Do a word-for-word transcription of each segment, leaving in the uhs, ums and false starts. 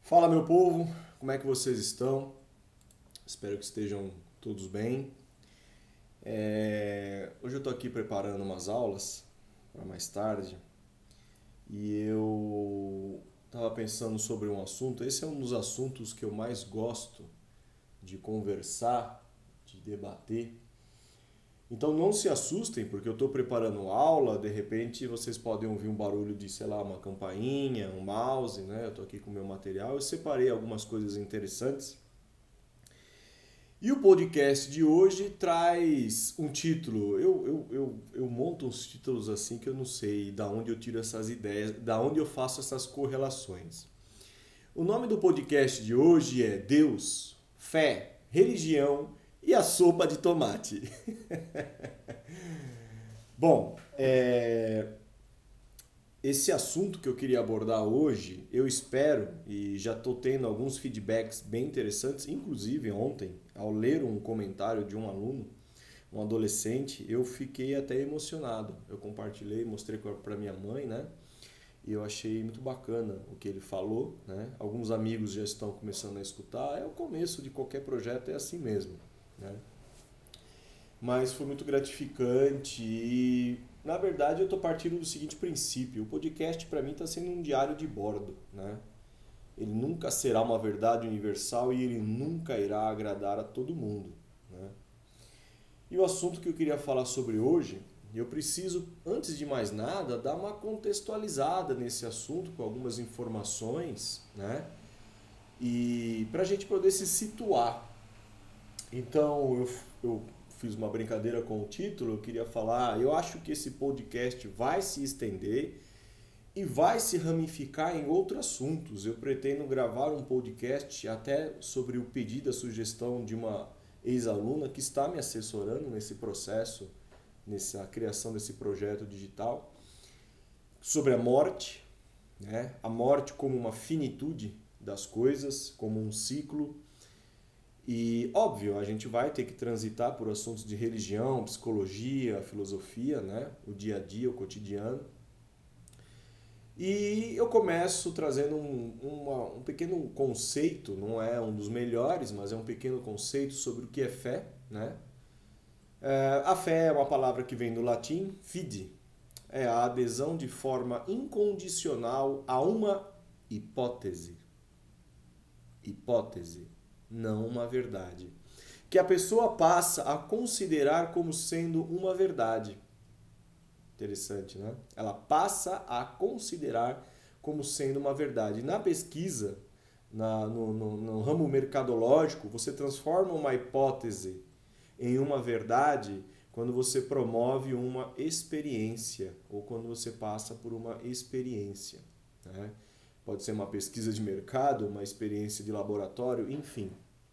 Fala, meu povo, como é que vocês estão? Espero que estejam todos bem. É, Hoje eu estou aqui preparando umas aulas para mais tarde e eu estava pensando sobre um assunto. Esse é um dos assuntos que eu mais gosto de conversar, de debater. Então não se assustem, porque eu estou preparando aula, de repente vocês podem ouvir um barulho de, sei lá, uma campainha, um mouse, né? Eu estou aqui com o meu material, eu separei algumas coisas interessantes. E o podcast de hoje traz um título. Eu, eu, eu, eu monto uns títulos assim que eu não sei da onde eu tiro essas ideias, da onde eu faço essas correlações. O nome do podcast de hoje é Deus, Fé, Religião e a Sopa de Tomate. Bom, é, esse assunto que eu queria abordar hoje, eu espero, e já estou tendo alguns feedbacks bem interessantes, inclusive ontem, ao ler um comentário de um aluno, um adolescente, eu fiquei até emocionado. Eu compartilhei, mostrei para minha mãe, né? E eu achei muito bacana o que ele falou, né? Alguns amigos já estão começando a escutar, é o começo de qualquer projeto, é assim mesmo, né? Mas foi muito gratificante e, na verdade, eu estou partindo do seguinte princípio: o podcast para mim está sendo um diário de bordo, né? Ele nunca será uma verdade universal e ele nunca irá agradar a todo mundo, né? E o assunto que eu queria falar sobre hoje, eu preciso, antes de mais nada, dar uma contextualizada nesse assunto com algumas informações, né? E para a gente poder se situar. Então, eu, eu fiz uma brincadeira com o título, eu queria falar, eu acho que esse podcast vai se estender e vai se ramificar em outros assuntos. Eu pretendo gravar um podcast até sobre o pedido, a sugestão de uma ex-aluna que está me assessorando nesse processo, nessa criação desse projeto digital, sobre a morte, né? A morte como uma finitude das coisas, como um ciclo. E, óbvio, a gente vai ter que transitar por assuntos de religião, psicologia, filosofia, né? O dia a dia, o cotidiano. E eu começo trazendo um, uma, um pequeno conceito, não é um dos melhores, mas é um pequeno conceito sobre o que é fé, né? É, a fé é uma palavra que vem do latim, fide, é a adesão de forma incondicional a uma hipótese. Hipótese, não uma verdade. Que a pessoa passa a considerar como sendo uma verdade. Interessante, né? Ela passa a considerar como sendo uma verdade. Na pesquisa, na, no, no, no ramo mercadológico, você transforma uma hipótese em uma verdade quando você promove uma experiência ou quando você passa por uma experiência, né? Pode ser uma pesquisa de mercado, uma experiência de laboratório, enfim.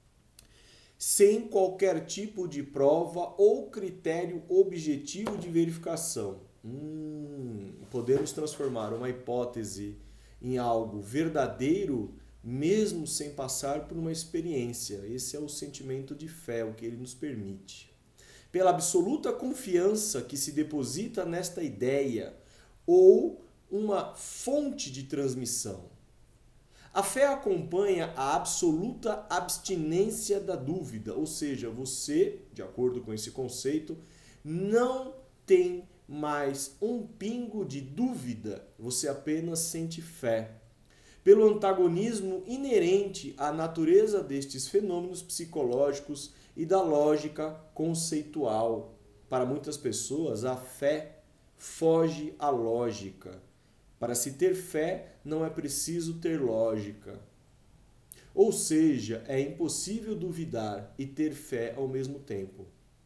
Sem qualquer tipo de prova ou critério objetivo de verificação. Hum, podemos transformar uma hipótese em algo verdadeiro mesmo sem passar por uma experiência. Esse é o sentimento de fé, o que ele nos permite. Pela absoluta confiança que se deposita nesta ideia ou uma fonte de transmissão. A fé acompanha a absoluta abstinência da dúvida, ou seja, você, de acordo com esse conceito, não tem mais um pingo de dúvida, você apenas sente fé. Pelo antagonismo inerente à natureza destes fenômenos psicológicos e da lógica conceitual. Para muitas pessoas, a fé foge à lógica. Para se ter fé, não é preciso ter lógica. Ou seja, é impossível duvidar e ter fé ao mesmo tempo.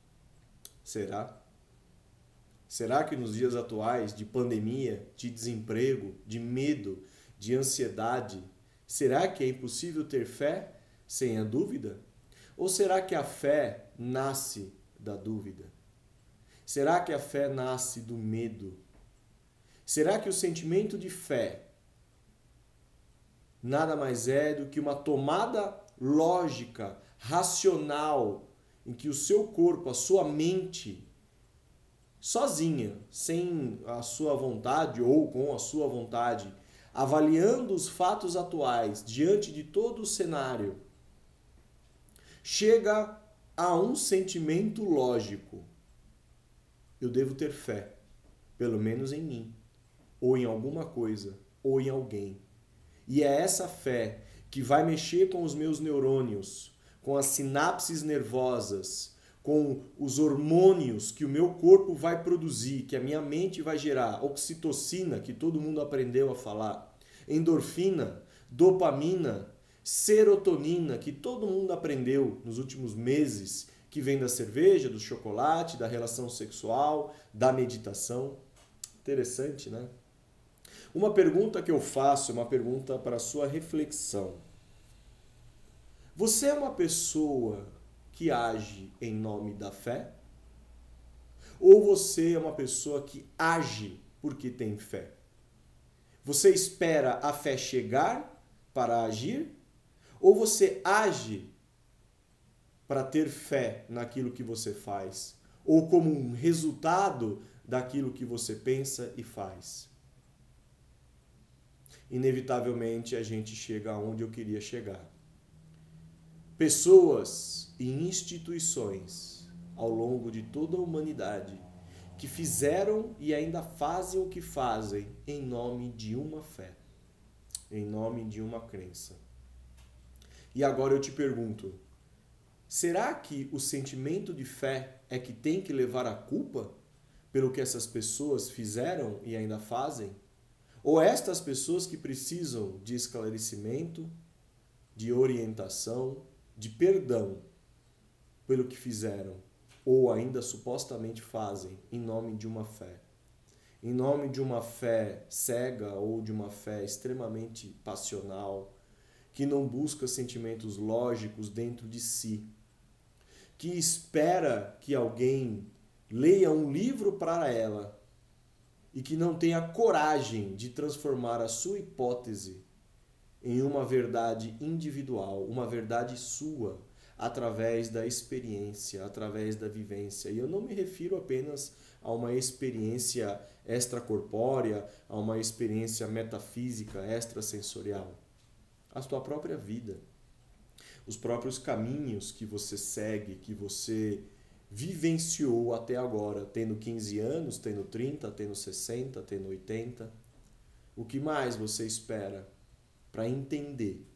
Será? Será que nos dias atuais de pandemia, de desemprego, de medo, de ansiedade, será que é impossível ter fé sem a dúvida? Ou será que a fé nasce da dúvida? Será que a fé nasce do medo? Será que o sentimento de fé nada mais é do que uma tomada lógica, racional, em que o seu corpo, a sua mente, sozinha, sem a sua vontade ou com a sua vontade, avaliando os fatos atuais diante de todo o cenário, chega a um sentimento lógico. Eu devo ter fé, pelo menos em mim, ou em alguma coisa, ou em alguém. E é essa fé que vai mexer com os meus neurônios, com as sinapses nervosas, com os hormônios que o meu corpo vai produzir, que a minha mente vai gerar, oxitocina, que todo mundo aprendeu a falar, endorfina, dopamina, serotonina, que todo mundo aprendeu nos últimos meses, que vem da cerveja, do chocolate, da relação sexual, da meditação. Interessante, né? Uma pergunta que eu faço é uma pergunta para a sua reflexão. Você é uma pessoa que age em nome da fé? Ou você é uma pessoa que age porque tem fé? Você espera a fé chegar para agir? Ou você age para ter fé naquilo que você faz? Ou como um resultado daquilo que você pensa e faz? Inevitavelmente a gente chega aonde eu queria chegar. Pessoas e instituições ao longo de toda a humanidade que fizeram e ainda fazem o que fazem em nome de uma fé, em nome de uma crença. E agora eu te pergunto, será que o sentimento de fé é que tem que levar a culpa pelo que essas pessoas fizeram e ainda fazem? Ou estas pessoas que precisam de esclarecimento, de orientação, de perdão pelo que fizeram, ou ainda supostamente fazem, em nome de uma fé. Em nome de uma fé cega ou de uma fé extremamente passional, que não busca sentimentos lógicos dentro de si, que espera que alguém leia um livro para ela e que não tenha coragem de transformar a sua hipótese em uma verdade individual, uma verdade sua, através da experiência, através da vivência. E eu não me refiro apenas a uma experiência extracorpórea, a uma experiência metafísica, extrasensorial. A sua própria vida. Os próprios caminhos que você segue, que você vivenciou até agora, tendo quinze anos, tendo trinta, tendo sessenta, tendo oitenta. O que mais você espera para entender?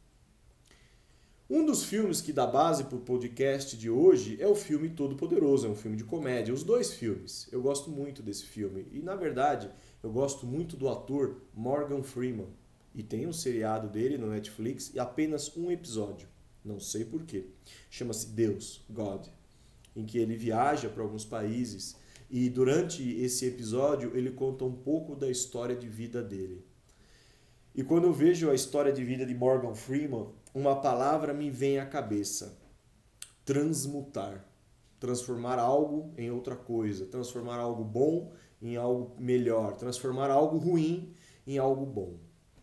Um dos filmes que dá base para o podcast de hoje é o filme Todo Poderoso, é um filme de comédia. Os dois filmes, eu gosto muito desse filme. E, na verdade, eu gosto muito do ator Morgan Freeman. E tem um seriado dele no Netflix e apenas um episódio. Não sei porquê. Chama-se Deus, God, em que ele viaja para alguns países e durante esse episódio ele conta um pouco da história de vida dele. E quando eu vejo a história de vida de Morgan Freeman, uma palavra me vem à cabeça: transmutar. Transformar algo em outra coisa, transformar algo bom em algo melhor, transformar algo ruim em algo bom.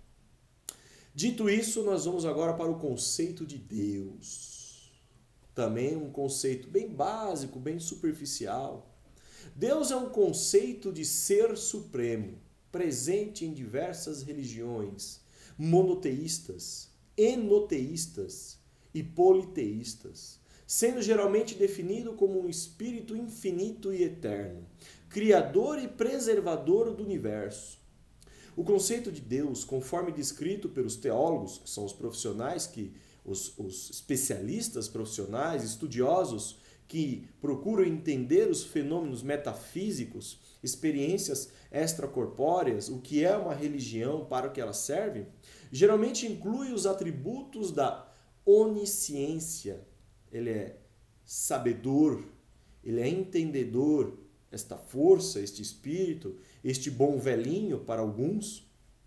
Dito isso, nós vamos agora para o conceito de Deus. Também um conceito bem básico, bem superficial. Deus é um conceito de ser supremo, presente em diversas religiões, monoteístas, enoteístas e politeístas, sendo geralmente definido como um espírito infinito e eterno, criador e preservador do universo. O conceito de Deus, conforme descrito pelos teólogos, que são os profissionais, que os, os especialistas profissionais, estudiosos, que procuram entender os fenômenos metafísicos, experiências extracorpóreas, o que é uma religião, para o que ela serve, geralmente inclui os atributos da onisciência. Ele é sabedor, ele é entendedor, esta força, este espírito, este bom velhinho para alguns.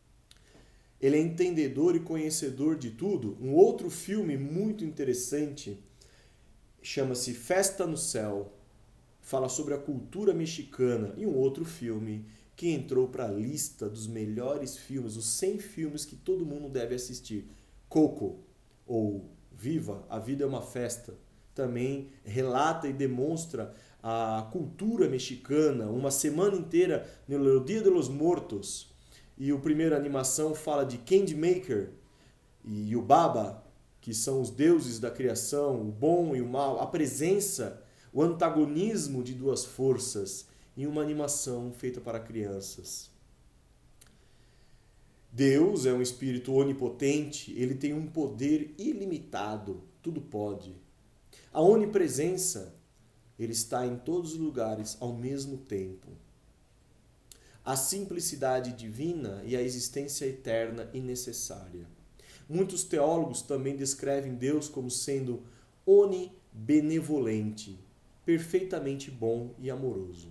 Ele é entendedor e conhecedor de tudo. Um outro filme muito interessante chama-se Festa no Céu. Fala sobre a cultura mexicana. E um outro filme que entrou para a lista dos melhores filmes, os cem filmes que todo mundo deve assistir. Coco, ou Viva, a Vida é uma Festa. Também relata e demonstra a cultura mexicana, uma semana inteira no Dia de los Muertos. e o primeiro animação fala de Candy Maker e o Baba, que são os deuses da criação, o bom e o mal, a presença, o antagonismo de duas forças em uma animação feita para crianças. Deus é um espírito onipotente, ele tem um poder ilimitado, tudo pode. A onipresença, ele está em todos os lugares ao mesmo tempo. A simplicidade divina e a existência eterna e necessária. Muitos teólogos também descrevem Deus como sendo onibenevolente, perfeitamente bom e amoroso.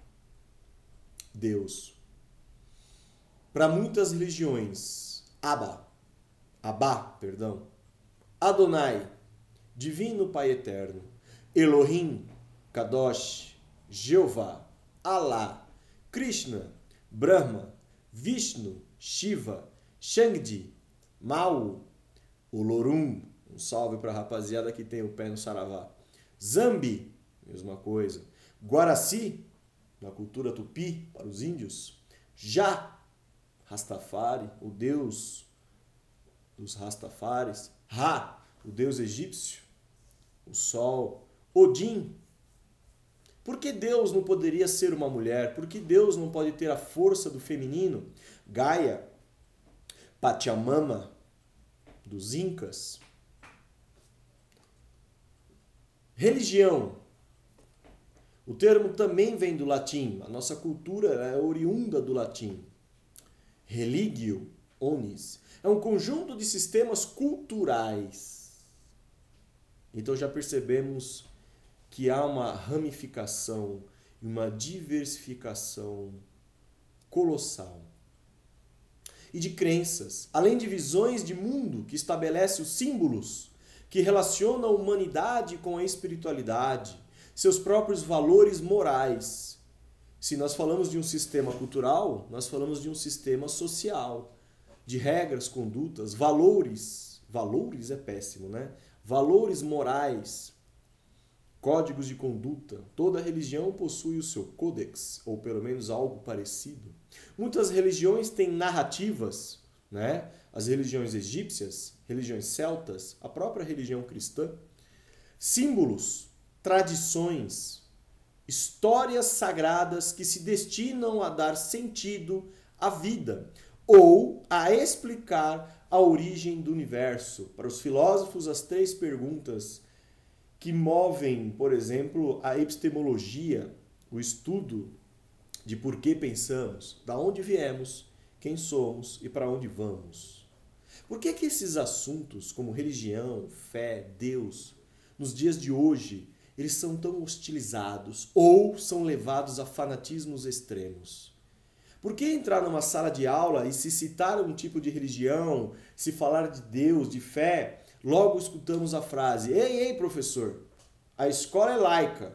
Deus. Para muitas religiões, Abba, Abá, perdão, Adonai, Divino Pai Eterno, Elohim, Kadosh, Jeová, Alá, Krishna, Brahma, Vishnu, Shiva, Shangdi, Mau, Olorum, um salve para a rapaziada que tem o pé no saravá, Zambi, mesma coisa, Guaraci, na cultura tupi, para os índios, Já, Rastafari, o deus dos Rastafares, Ra, o deus egípcio, o sol, Odin. Por que Deus não poderia ser uma mulher? Por que Deus não pode ter a força do feminino? Gaia, Pachamama, dos Incas. Religião. O termo também vem do latim. A nossa cultura é oriunda do latim. Religio, onis. É um conjunto de sistemas culturais. Então já percebemos que há uma ramificação e uma diversificação colossal. E de crenças, além de visões de mundo que estabelece os símbolos que relacionam a humanidade com a espiritualidade, seus próprios valores morais. Se nós falamos de um sistema cultural, nós falamos de um sistema social, de regras, condutas, valores. Valores é péssimo, né? Valores morais, códigos de conduta. Toda religião possui o seu códex, ou pelo menos algo parecido. Muitas religiões têm narrativas, né? As religiões egípcias, religiões celtas, a própria religião cristã. Símbolos, tradições, histórias sagradas que se destinam a dar sentido à vida ou a explicar a origem do universo. Para os filósofos, as três perguntas que movem, por exemplo, a epistemologia, o estudo de por que pensamos, da onde viemos, quem somos e para onde vamos. Por que que esses assuntos, como religião, fé, Deus, nos dias de hoje, eles são tão hostilizados ou são levados a fanatismos extremos? Por que entrar numa sala de aula e se citar um tipo de religião, se falar de Deus, de fé, logo escutamos a frase: ei, ei, professor, a escola é laica,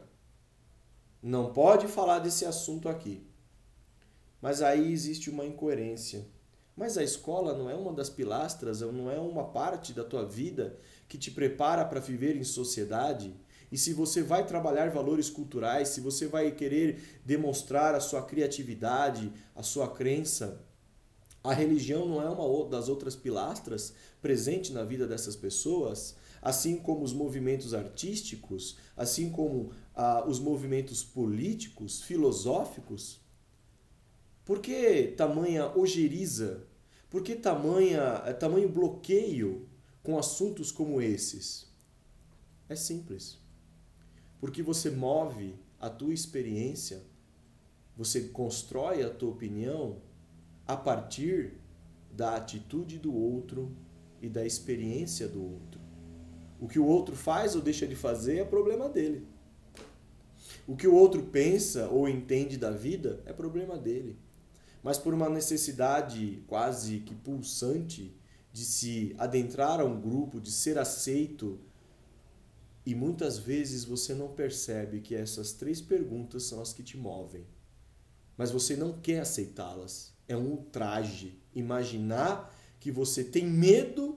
não pode falar desse assunto aqui. Mas aí existe uma incoerência. Mas a escola não é uma das pilastras, não é uma parte da tua vida que te prepara para viver em sociedade? E se você vai trabalhar valores culturais, se você vai querer demonstrar a sua criatividade, a sua crença, a religião não é uma das outras pilastras presente na vida dessas pessoas? Assim como os movimentos artísticos, assim como ah, os movimentos políticos, filosóficos? Por que tamanha ojeriza? Por que tamanha, tamanho bloqueio com assuntos como esses? É simples. Porque você move a tua experiência, você constrói a tua opinião a partir da atitude do outro e da experiência do outro. O que o outro faz ou deixa de fazer é problema dele. O que o outro pensa ou entende da vida é problema dele. Mas por uma necessidade quase que pulsante de se adentrar a um grupo, de ser aceito, e muitas vezes você não percebe que essas três perguntas são as que te movem. Mas você não quer aceitá-las. É um ultraje imaginar que você tem medo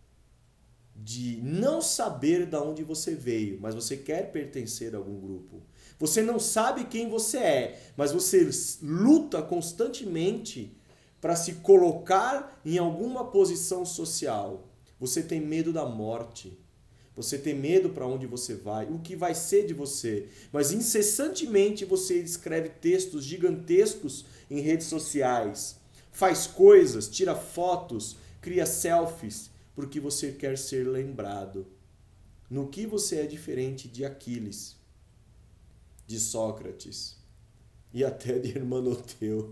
de não saber de onde você veio, mas você quer pertencer a algum grupo. Você não sabe quem você é, mas você luta constantemente para se colocar em alguma posição social. Você tem medo da morte. Você tem medo para onde você vai, o que vai ser de você. Mas incessantemente você escreve textos gigantescos em redes sociais, faz coisas, tira fotos, cria selfies, porque você quer ser lembrado. No que você é diferente de Aquiles, de Sócrates e até de Hermanoteu.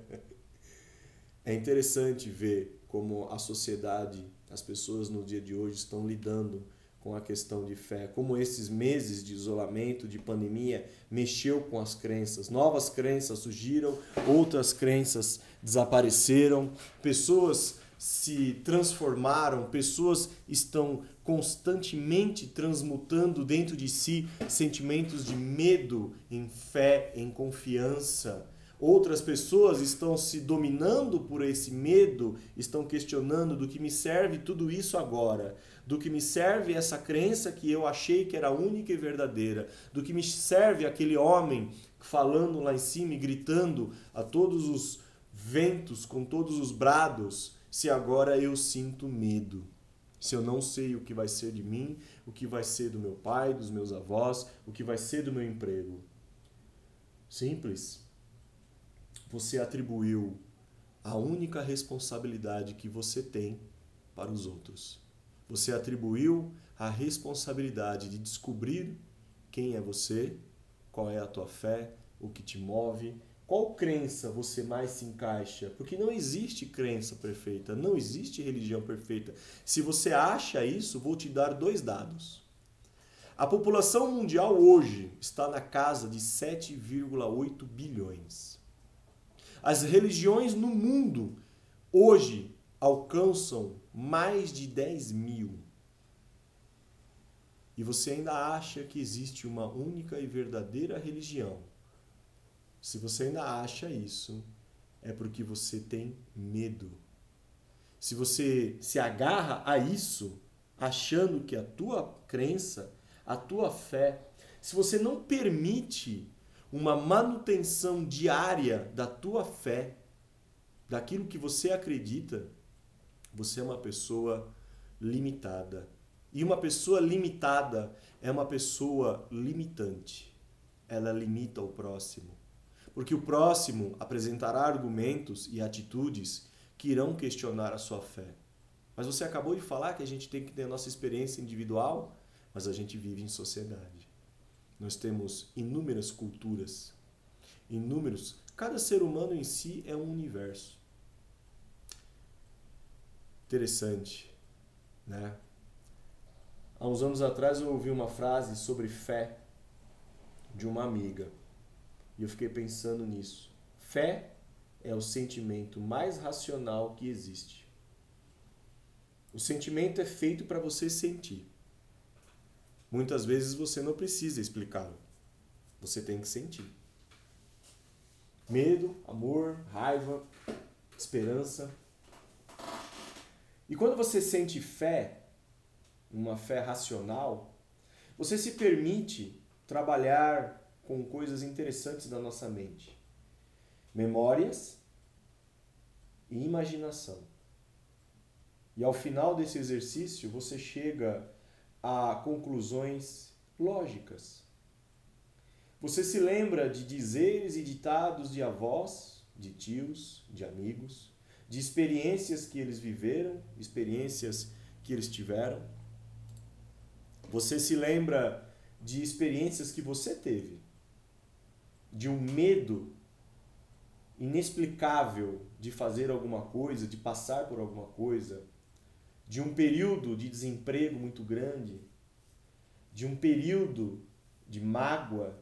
É interessante ver como a sociedade, as pessoas no dia de hoje estão lidando com a questão de fé, como esses meses de isolamento, de pandemia, mexeu com as crenças. Novas crenças surgiram, outras crenças desapareceram, pessoas se transformaram, pessoas estão constantemente transmutando dentro de si sentimentos de medo em fé, em confiança. Outras pessoas estão se dominando por esse medo, estão questionando do que me serve tudo isso agora, do que me serve essa crença que eu achei que era única e verdadeira, do que me serve aquele homem falando lá em cima e gritando a todos os ventos, com todos os brados, se agora eu sinto medo, se eu não sei o que vai ser de mim, o que vai ser do meu pai, dos meus avós, o que vai ser do meu emprego. Simples. Você atribuiu a única responsabilidade que você tem para os outros. Você atribuiu a responsabilidade de descobrir quem é você, qual é a tua fé, o que te move, qual crença você mais se encaixa. Porque não existe crença perfeita, não existe religião perfeita. Se você acha isso, vou te dar dois dados. A população mundial hoje está na casa de sete vírgula oito bilhões. As religiões no mundo hoje alcançam mais de dez mil. E você ainda acha que existe uma única e verdadeira religião. Se você ainda acha isso, é porque você tem medo. Se você se agarra a isso, achando que a tua crença, a tua fé, se você não permite uma manutenção diária da tua fé, daquilo que você acredita, você é uma pessoa limitada. E uma pessoa limitada é uma pessoa limitante. Ela limita o próximo. Porque o próximo apresentará argumentos e atitudes que irão questionar a sua fé. Mas você acabou de falar que a gente tem que ter a nossa experiência individual, mas a gente vive em sociedade. Nós temos inúmeras culturas, inúmeros. Cada ser humano em si é um universo. Interessante, né? Há uns anos atrás eu ouvi uma frase sobre fé de uma amiga e eu fiquei pensando nisso. Fé é o sentimento mais racional que existe. O sentimento é feito para você sentir. Muitas vezes você não precisa explicá-lo. Você tem que sentir. Medo, amor, raiva, esperança. E quando você sente fé, uma fé racional, você se permite trabalhar com coisas interessantes da nossa mente. Memórias e imaginação. E ao final desse exercício, você chega a conclusões lógicas. Você se lembra de dizeres e ditados de avós, de tios, de amigos, de experiências que eles viveram, experiências que eles tiveram. Você se lembra de experiências que você teve, de um medo inexplicável de fazer alguma coisa, de passar por alguma coisa, de um período de desemprego muito grande, de um período de mágoa,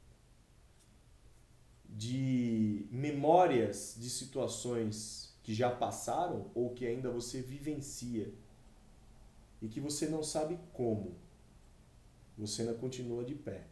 de memórias de situações que já passaram ou que ainda você vivencia e que você não sabe como. Você ainda continua de pé.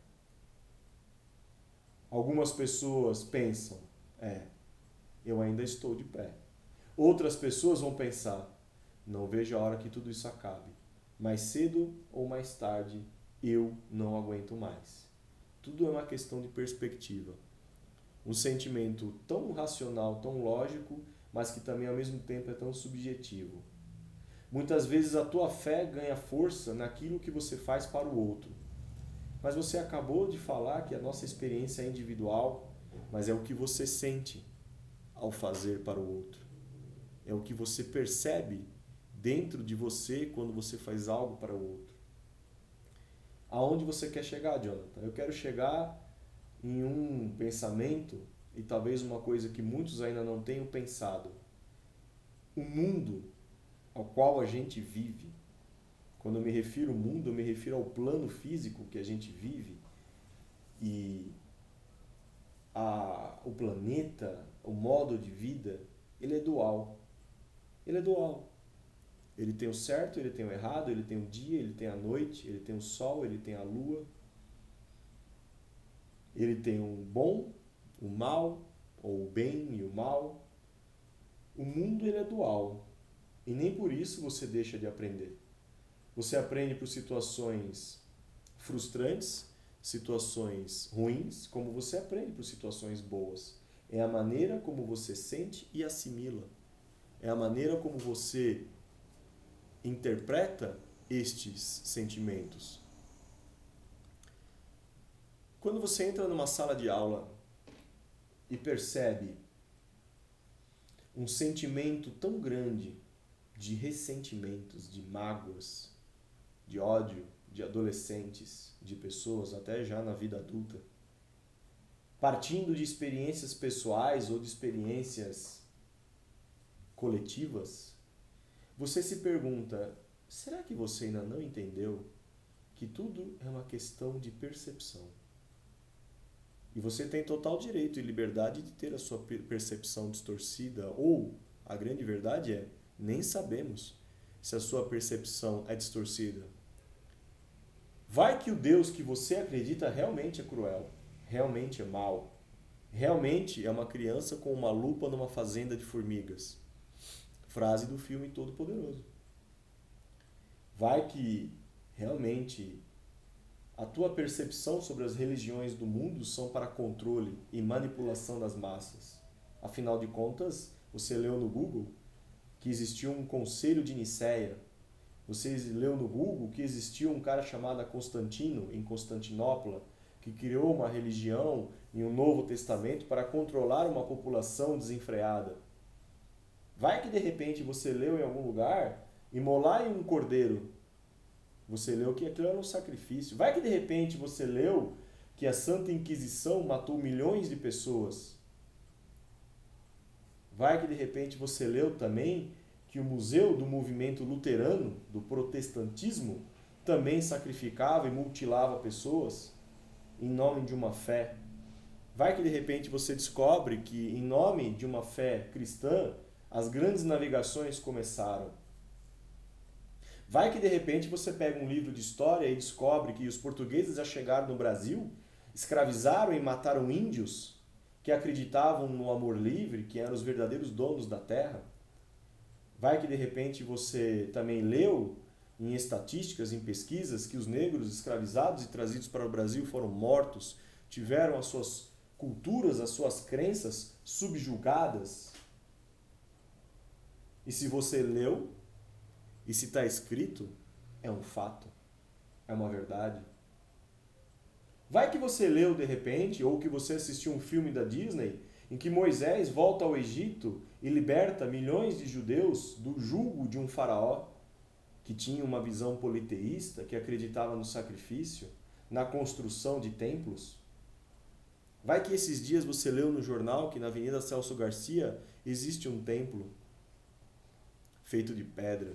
Algumas pessoas pensam, é, eu ainda estou de pé. Outras pessoas vão pensar, não vejo a hora que tudo isso acabe. Mais cedo ou mais tarde, eu não aguento mais. Tudo é uma questão de perspectiva. Um sentimento tão racional, tão lógico, mas que também ao mesmo tempo é tão subjetivo. Muitas vezes a tua fé ganha força naquilo que você faz para o outro. Mas você acabou de falar que a nossa experiência é individual, mas é o que você sente ao fazer para o outro. É o que você percebe dentro de você quando você faz algo para o outro. Aonde você quer chegar, Jonathan? Eu quero chegar em um pensamento, e talvez uma coisa que muitos ainda não tenham pensado. O mundo ao qual a gente vive, quando eu me refiro ao mundo, eu me refiro ao plano físico que a gente vive, e a, o planeta, o modo de vida, ele é dual. Ele é dual. Ele tem o certo, ele tem o errado, ele tem o dia, ele tem a noite, ele tem o sol, ele tem a lua. Ele tem o bom, o mal, ou o bem e o mal. O mundo ele é dual. E nem por isso você deixa de aprender. Você aprende por situações frustrantes, situações ruins, como você aprende por situações boas. É a maneira como você sente e assimila. É a maneira como você interpreta estes sentimentos. Quando você entra numa sala de aula e percebe um sentimento tão grande de ressentimentos, de mágoas, de ódio, de adolescentes, de pessoas até já na vida adulta, partindo de experiências pessoais ou de experiências coletivas, você se pergunta, será que você ainda não entendeu que tudo é uma questão de percepção? E você tem total direito e liberdade de ter a sua percepção distorcida, ou, a grande verdade é, nem sabemos se a sua percepção é distorcida. Vai que o Deus que você acredita realmente é cruel, realmente é mau, realmente é uma criança com uma lupa numa fazenda de formigas. Frase do filme Todo-Poderoso. Vai que realmente a tua percepção sobre as religiões do mundo são para controle e manipulação das massas. Afinal de contas, você leu no Google que existia um conselho de Nicéia. Você leu no Google que existia um cara chamado Constantino, em Constantinopla, que criou uma religião e um Novo Testamento para controlar uma população desenfreada. Vai que de repente você leu em algum lugar, imolar em um cordeiro. Você leu que aquilo era um sacrifício. Vai que de repente você leu que a Santa Inquisição matou milhões de pessoas. Vai que de repente você leu também que o Museu do Movimento Luterano, do Protestantismo, também sacrificava e mutilava pessoas em nome de uma fé. Vai que de repente você descobre que em nome de uma fé cristã, as grandes navegações começaram. Vai que de repente você pega um livro de história e descobre que os portugueses já chegaram no Brasil, escravizaram e mataram índios que acreditavam no amor livre, que eram os verdadeiros donos da terra. Vai que de repente você também leu em estatísticas, em pesquisas, que os negros escravizados e trazidos para o Brasil foram mortos, tiveram as suas culturas, as suas crenças subjugadas. E se você leu, e se está escrito, é um fato, é uma verdade. Vai que você leu de repente, ou que você assistiu um filme da Disney, em que Moisés volta ao Egito e liberta milhões de judeus do jugo de um faraó, que tinha uma visão politeísta, que acreditava no sacrifício, na construção de templos. Vai que esses dias você leu no jornal que na Avenida Celso Garcia existe um templo feito de pedra.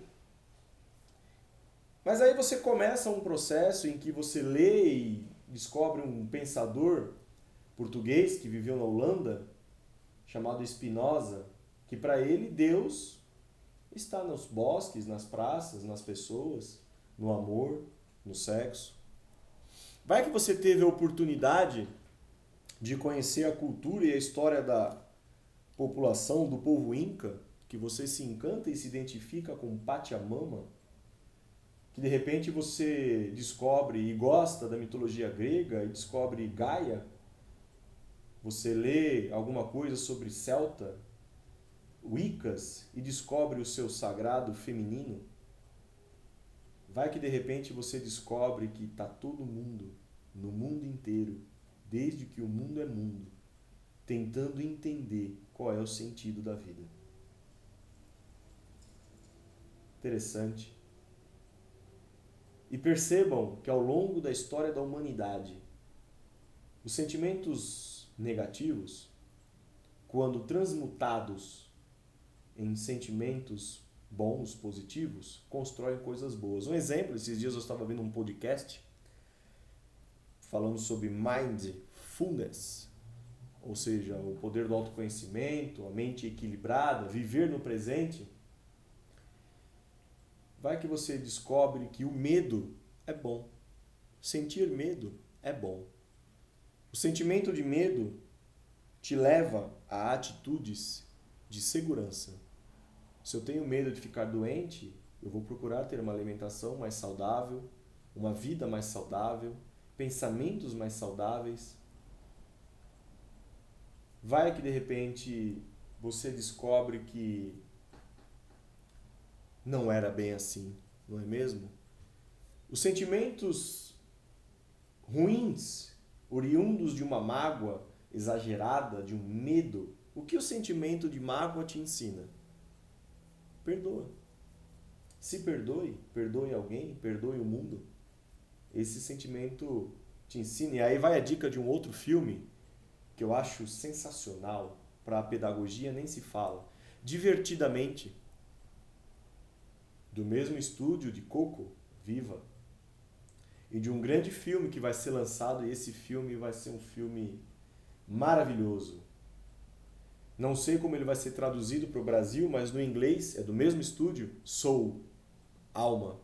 Mas aí você começa um processo em que você lê e descobre um pensador português que viveu na Holanda, chamado Spinoza, que para ele Deus está nos bosques, nas praças, nas pessoas, no amor, no sexo. Vai que você teve a oportunidade de conhecer a cultura e a história da população, do povo inca, que você se encanta e se identifica com Pachamama, que de repente você descobre e gosta da mitologia grega e descobre Gaia, você lê alguma coisa sobre Celta Wiccas e descobre o seu sagrado feminino? Vai que de repente você descobre que está todo mundo, no mundo inteiro, desde que o mundo é mundo, tentando entender qual é o sentido da vida. Interessante. E percebam que ao longo da história da humanidade, os sentimentos negativos, quando transmutados em sentimentos bons, positivos, constroem coisas boas. Um exemplo, esses dias eu estava vendo um podcast falando sobre mindfulness, ou seja, o poder do autoconhecimento, a mente equilibrada, viver no presente. Vai que você descobre que o medo é bom. Sentir medo é bom. O sentimento de medo te leva a atitudes de segurança. Se eu tenho medo de ficar doente, eu vou procurar ter uma alimentação mais saudável, uma vida mais saudável, pensamentos mais saudáveis. Vai que de repente você descobre que não era bem assim, não é mesmo? Os sentimentos ruins, oriundos de uma mágoa exagerada, de um medo, o que o sentimento de mágoa te ensina? Perdoa. Se perdoe, perdoe alguém, perdoe o mundo. Esse sentimento te ensina. E aí vai a dica de um outro filme que eu acho sensacional, para a pedagogia nem se fala. Divertidamente. Do mesmo estúdio de Coco, Viva. E de um grande filme que vai ser lançado, e esse filme vai ser um filme maravilhoso. Não sei como ele vai ser traduzido para o Brasil, mas no inglês, é do mesmo estúdio, Soul, Alma.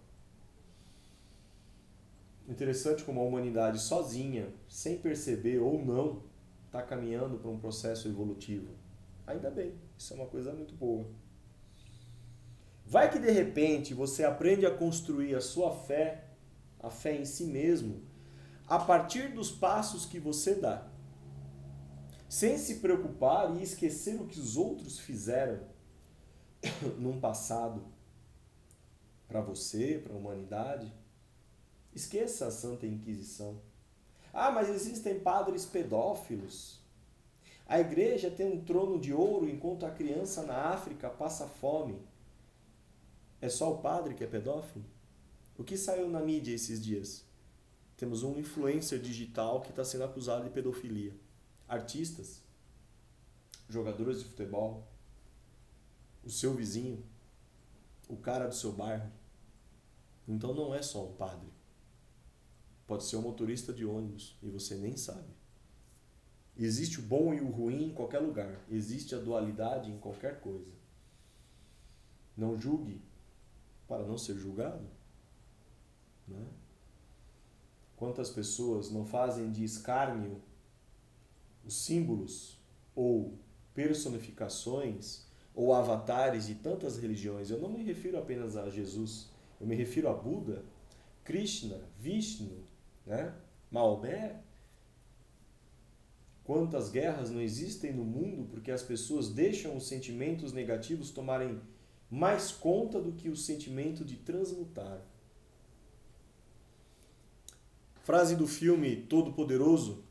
Interessante como a humanidade sozinha, sem perceber ou não, está caminhando para um processo evolutivo. Ainda bem, isso é uma coisa muito boa. Vai que de repente você aprende a construir a sua fé, a fé em si mesmo, a partir dos passos que você dá. Sem se preocupar e esquecer o que os outros fizeram num passado para você, para a humanidade. Esqueça a Santa Inquisição. Ah, mas existem padres pedófilos. A igreja tem um trono de ouro enquanto a criança na África passa fome. É só o padre que é pedófilo? O que saiu na mídia esses dias? Temos um influencer digital que está sendo acusado de pedofilia. Artistas, jogadores de futebol, o seu vizinho, o cara do seu bairro. Então não é só um padre. Pode ser um motorista de ônibus e você nem sabe. Existe o bom e o ruim em qualquer lugar. Existe a dualidade em qualquer coisa. Não julgue para não ser julgado. Né? Quantas pessoas não fazem de escárnio os símbolos ou personificações ou avatares de tantas religiões? Eu não me refiro apenas a Jesus. Eu me refiro a Buda, Krishna, Vishnu, né? Maomé. Quantas guerras não existem no mundo porque as pessoas deixam os sentimentos negativos tomarem mais conta do que o sentimento de transmutar. Frase do filme Todo-Poderoso.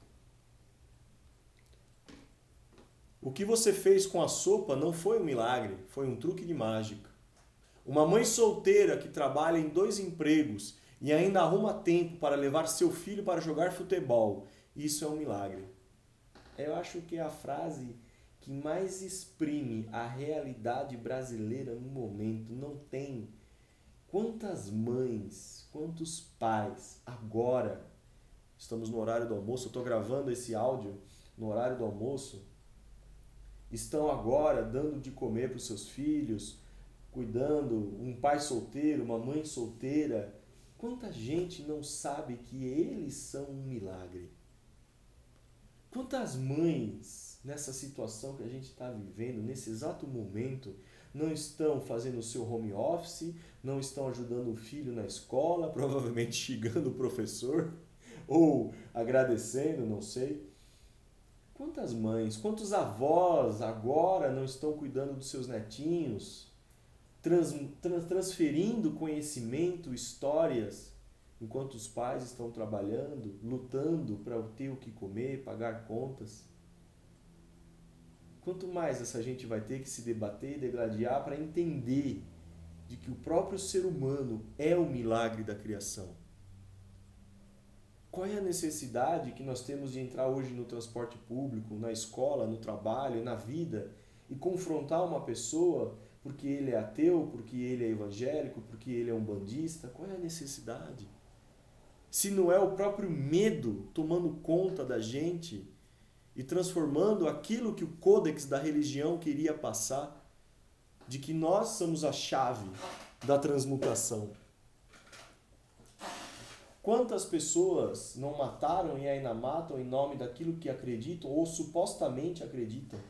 O que você fez com a sopa não foi um milagre, foi um truque de mágica. Uma mãe solteira que trabalha em dois empregos e ainda arruma tempo para levar seu filho para jogar futebol, isso é um milagre. Eu acho que é a frase que mais exprime a realidade brasileira no momento. Não tem. Quantas mães, quantos pais, agora, estamos no horário do almoço, eu estou gravando esse áudio no horário do almoço, estão agora dando de comer para os seus filhos, cuidando, um pai solteiro, uma mãe solteira. Quanta gente não sabe que eles são um milagre? Quantas mães, nessa situação que a gente está vivendo, nesse exato momento, não estão fazendo o seu home office, não estão ajudando o filho na escola, provavelmente xingando o professor, ou agradecendo, não sei. Quantas mães, quantos avós agora não estão cuidando dos seus netinhos, trans, trans, transferindo conhecimento, histórias, enquanto os pais estão trabalhando, lutando para ter o que comer, pagar contas? Quanto mais essa gente vai ter que se debater e degladiar para entender de que o próprio ser humano é o milagre da criação? Qual é a necessidade que nós temos de entrar hoje no transporte público, na escola, no trabalho, na vida e confrontar uma pessoa porque ele é ateu, porque ele é evangélico, porque ele é um bandista? Qual é a necessidade? Se não é o próprio medo tomando conta da gente e transformando aquilo que o Códex da religião queria passar, de que nós somos a chave da transmutação. Quantas pessoas não mataram e ainda matam em nome daquilo que acreditam ou supostamente acreditam?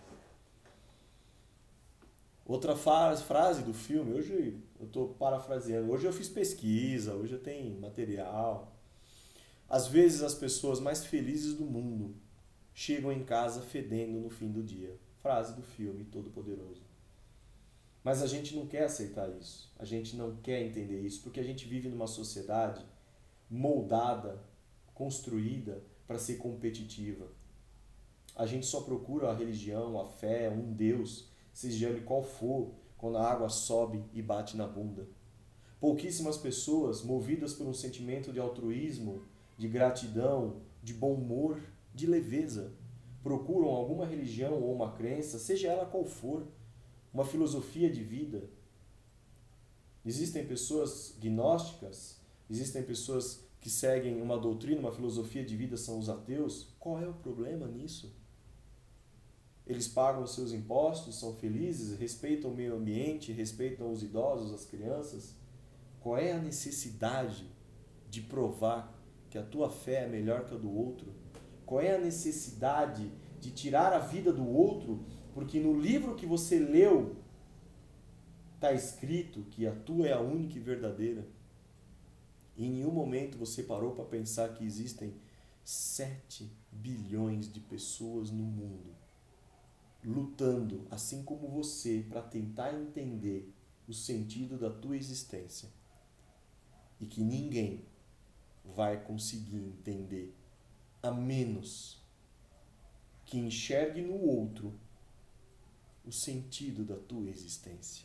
Outra frase do filme, hoje eu estou parafraseando, hoje eu fiz pesquisa, hoje eu tenho material. Às vezes as pessoas mais felizes do mundo chegam em casa fedendo no fim do dia. Frase do filme Todo-Poderoso. Mas a gente não quer aceitar isso, a gente não quer entender isso, porque a gente vive numa sociedade moldada, construída para ser competitiva. A gente só procura a religião, a fé, um Deus, seja ele qual for, quando a água sobe e bate na bunda. Pouquíssimas pessoas, movidas por um sentimento de altruísmo, de gratidão, de bom humor, de leveza, procuram alguma religião ou uma crença, seja ela qual for, uma filosofia de vida. Existem pessoas gnósticas, existem pessoas que seguem uma doutrina, uma filosofia de vida, são os ateus. Qual é o problema nisso? Eles pagam os seus impostos, são felizes, respeitam o meio ambiente, respeitam os idosos, as crianças. Qual é a necessidade de provar que a tua fé é melhor que a do outro? Qual é a necessidade de tirar a vida do outro, porque no livro que você leu está escrito que a tua é a única e verdadeira? E em nenhum momento você parou para pensar que existem sete bilhões de pessoas no mundo lutando, assim como você, para tentar entender o sentido da tua existência. E que ninguém vai conseguir entender, a menos que enxergue no outro o sentido da tua existência.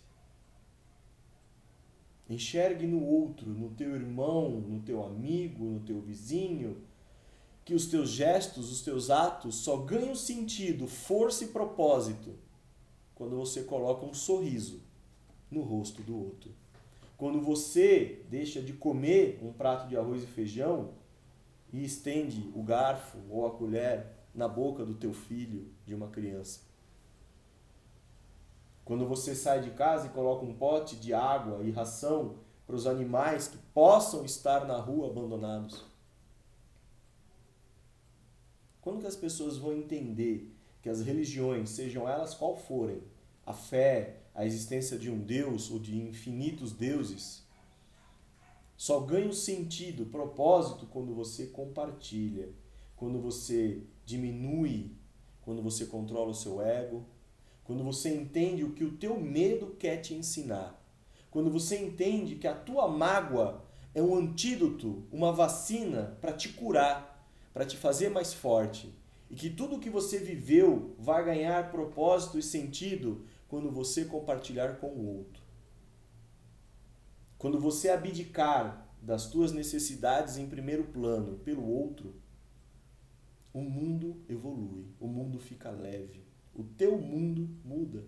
Enxergue no outro, no teu irmão, no teu amigo, no teu vizinho, que os teus gestos, os teus atos só ganham sentido, força e propósito quando você coloca um sorriso no rosto do outro. Quando você deixa de comer um prato de arroz e feijão e estende o garfo ou a colher na boca do teu filho, de uma criança. Quando você sai de casa e coloca um pote de água e ração para os animais que possam estar na rua abandonados. Quando que as pessoas vão entender que as religiões, sejam elas qual forem, a fé, a existência de um Deus ou de infinitos deuses, só ganha sentido, propósito quando você compartilha, quando você diminui, quando você controla o seu ego, quando você entende o que o teu medo quer te ensinar, quando você entende que a tua mágoa é um antídoto, uma vacina para te curar, para te fazer mais forte, e que tudo o que você viveu vai ganhar propósito e sentido quando você compartilhar com o outro. Quando você abdicar das tuas necessidades em primeiro plano pelo outro, o mundo evolui, o mundo fica leve, o teu mundo muda.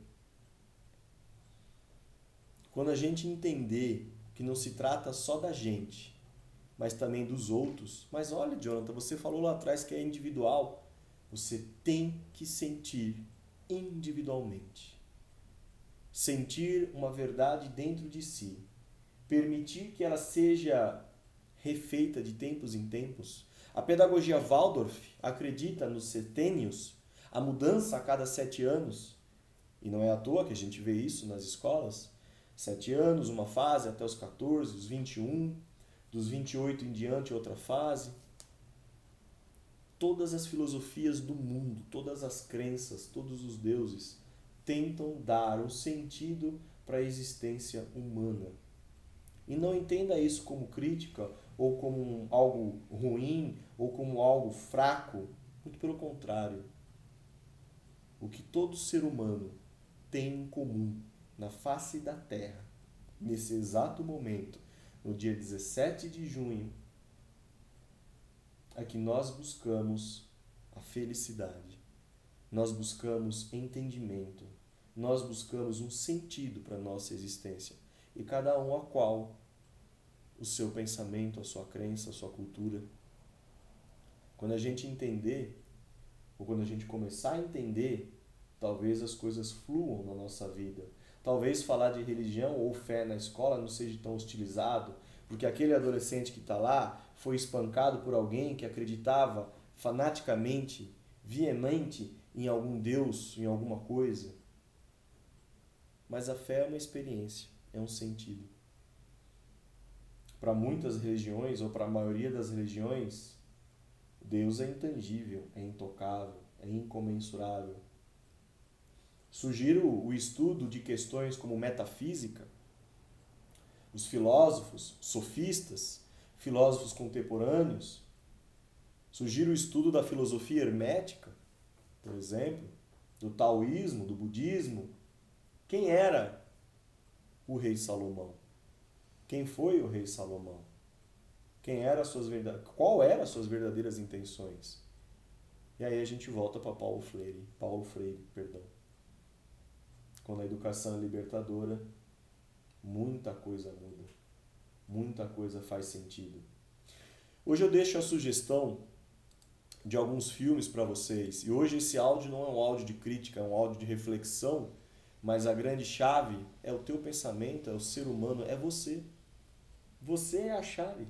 Quando a gente entender que não se trata só da gente, mas também dos outros. Mas olha, Jonathan, você falou lá atrás que é individual. Você tem que sentir individualmente. Sentir uma verdade dentro de si. Permitir que ela seja refeita de tempos em tempos. A pedagogia Waldorf acredita nos setênios, a mudança a cada sete anos. E não é à toa que a gente vê isso nas escolas. Sete anos, uma fase, até os quatorze, os vinte e um. Dos vinte e oito em diante, outra fase. Todas as filosofias do mundo, todas as crenças, todos os deuses tentam dar um sentido para a existência humana. E não entenda isso como crítica, ou como um, algo ruim, ou como algo fraco. Muito pelo contrário. O que todo ser humano tem em comum na face da Terra, nesse exato momento, no dia dezessete de junho, é que nós buscamos a felicidade, nós buscamos entendimento, nós buscamos um sentido para a nossa existência, e cada um a qual o seu pensamento, a sua crença, a sua cultura. Quando a gente entender, ou quando a gente começar a entender, talvez as coisas fluam na nossa vida. Talvez falar de religião ou fé na escola não seja tão hostilizado, porque aquele adolescente que está lá foi espancado por alguém que acreditava fanaticamente, veemente em algum Deus, em alguma coisa. Mas a fé é uma experiência, é um sentido. Para muitas religiões, ou para a maioria das religiões, Deus é intangível, é intocável, é incomensurável. Sugiro o estudo de questões como metafísica. Os filósofos, sofistas, filósofos contemporâneos. Sugiro o estudo da filosofia hermética, por exemplo, do taoísmo, do budismo. Quem era o rei Salomão? Quem foi o rei Salomão? Quem era as suas verdade... Qual eram as suas verdadeiras intenções? E aí a gente volta para Paulo Freire, Paulo Freire, perdão. Quando a educação é libertadora, muita coisa muda. Muita coisa faz sentido. Hoje eu deixo a sugestão de alguns filmes para vocês. E hoje esse áudio não é um áudio de crítica, é um áudio de reflexão, mas a grande chave é o teu pensamento, é o ser humano, é você. Você é a chave.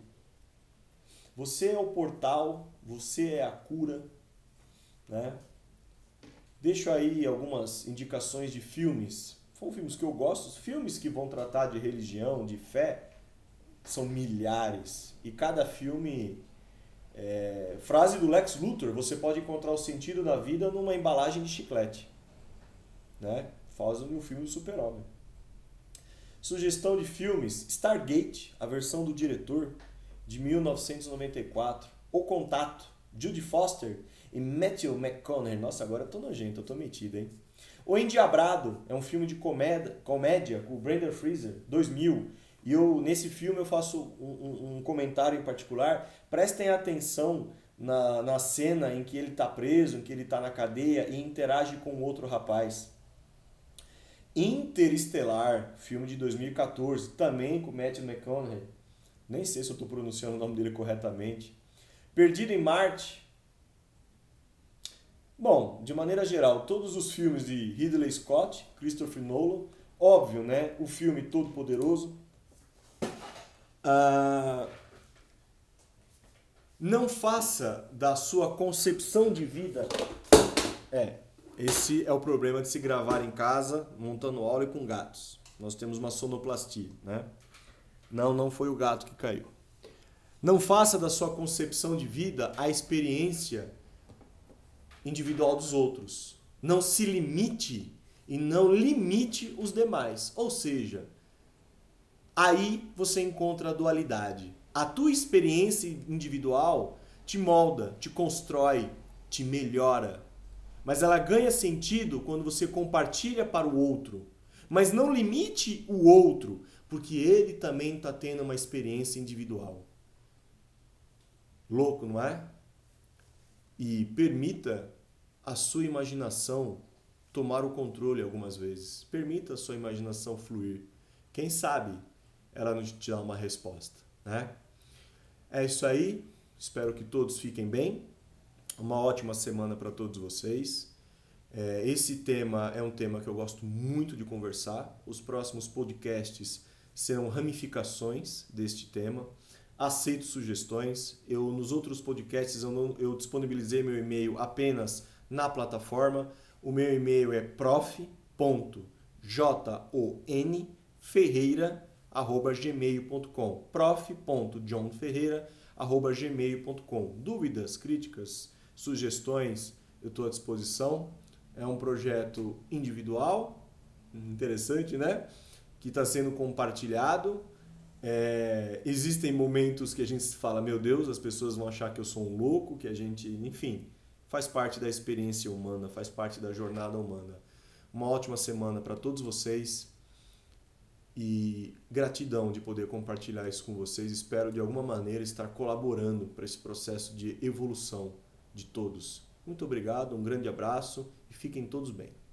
Você é o portal, você é a cura, né? Deixo aí algumas indicações de filmes. São filmes que eu gosto, filmes que vão tratar de religião, de fé, são milhares. E cada filme... É, frase do Lex Luthor, você pode encontrar o sentido da vida numa embalagem de chiclete, né? Faz o filme do Super-Homem. Sugestão de filmes: Stargate, a versão do diretor, de mil novecentos e noventa e quatro. O Contato, Judy Foster e Matthew McConaughey. Nossa, agora eu tô nojento, eu tô metido, hein? O Endiabrado é um filme de comédia, comédia com o Brendan Fraser, dois mil. E eu, nesse filme eu faço um, um, um comentário em particular. Prestem atenção na, na cena em que ele está preso, em que ele está na cadeia e interage com outro rapaz. Interestelar, filme de dois mil e quatorze, também com Matthew McConaughey. Nem sei se eu estou pronunciando o nome dele corretamente. Perdido em Marte. Bom, de maneira geral, todos os filmes de Ridley Scott, Christopher Nolan, óbvio, né? O filme Todo-Poderoso. Ah, não faça da sua concepção de vida... É, esse é o problema de se gravar em casa, montando aula e com gatos. Nós temos uma sonoplastia, né? Não, não foi o gato que caiu. Não faça da sua concepção de vida a experiência individual dos outros. Não se limite e não limite os demais. Ou seja, aí você encontra a dualidade. A tua experiência individual te molda, te constrói, te melhora. Mas ela ganha sentido quando você compartilha para o outro. Mas não limite o outro, porque ele também está tendo uma experiência individual. Louco, não é? E permita a sua imaginação tomar o controle algumas vezes. Permita a sua imaginação fluir. Quem sabe ela não te dá uma resposta, né? É isso aí. Espero que todos fiquem bem. Uma ótima semana para todos vocês. É, esse tema é um tema que eu gosto muito de conversar. Os próximos podcasts serão ramificações deste tema. Aceito sugestões. Eu, nos outros podcasts eu, não, eu disponibilizei meu e-mail apenas na plataforma. O meu e-mail é prof ponto jon ferreira arroba gmail ponto com prof ponto jon ferreira arroba gmail ponto com. Dúvidas, críticas, sugestões, eu estou à disposição. É um projeto individual, interessante, né? Que está sendo compartilhado. É, existem momentos que a gente fala, meu Deus, as pessoas vão achar que eu sou um louco, que a gente, enfim, faz parte da experiência humana, faz parte da jornada humana. Uma ótima semana para todos vocês e gratidão de poder compartilhar isso com vocês. Espero de alguma maneira estar colaborando para esse processo de evolução de todos. Muito obrigado, um grande abraço e fiquem todos bem.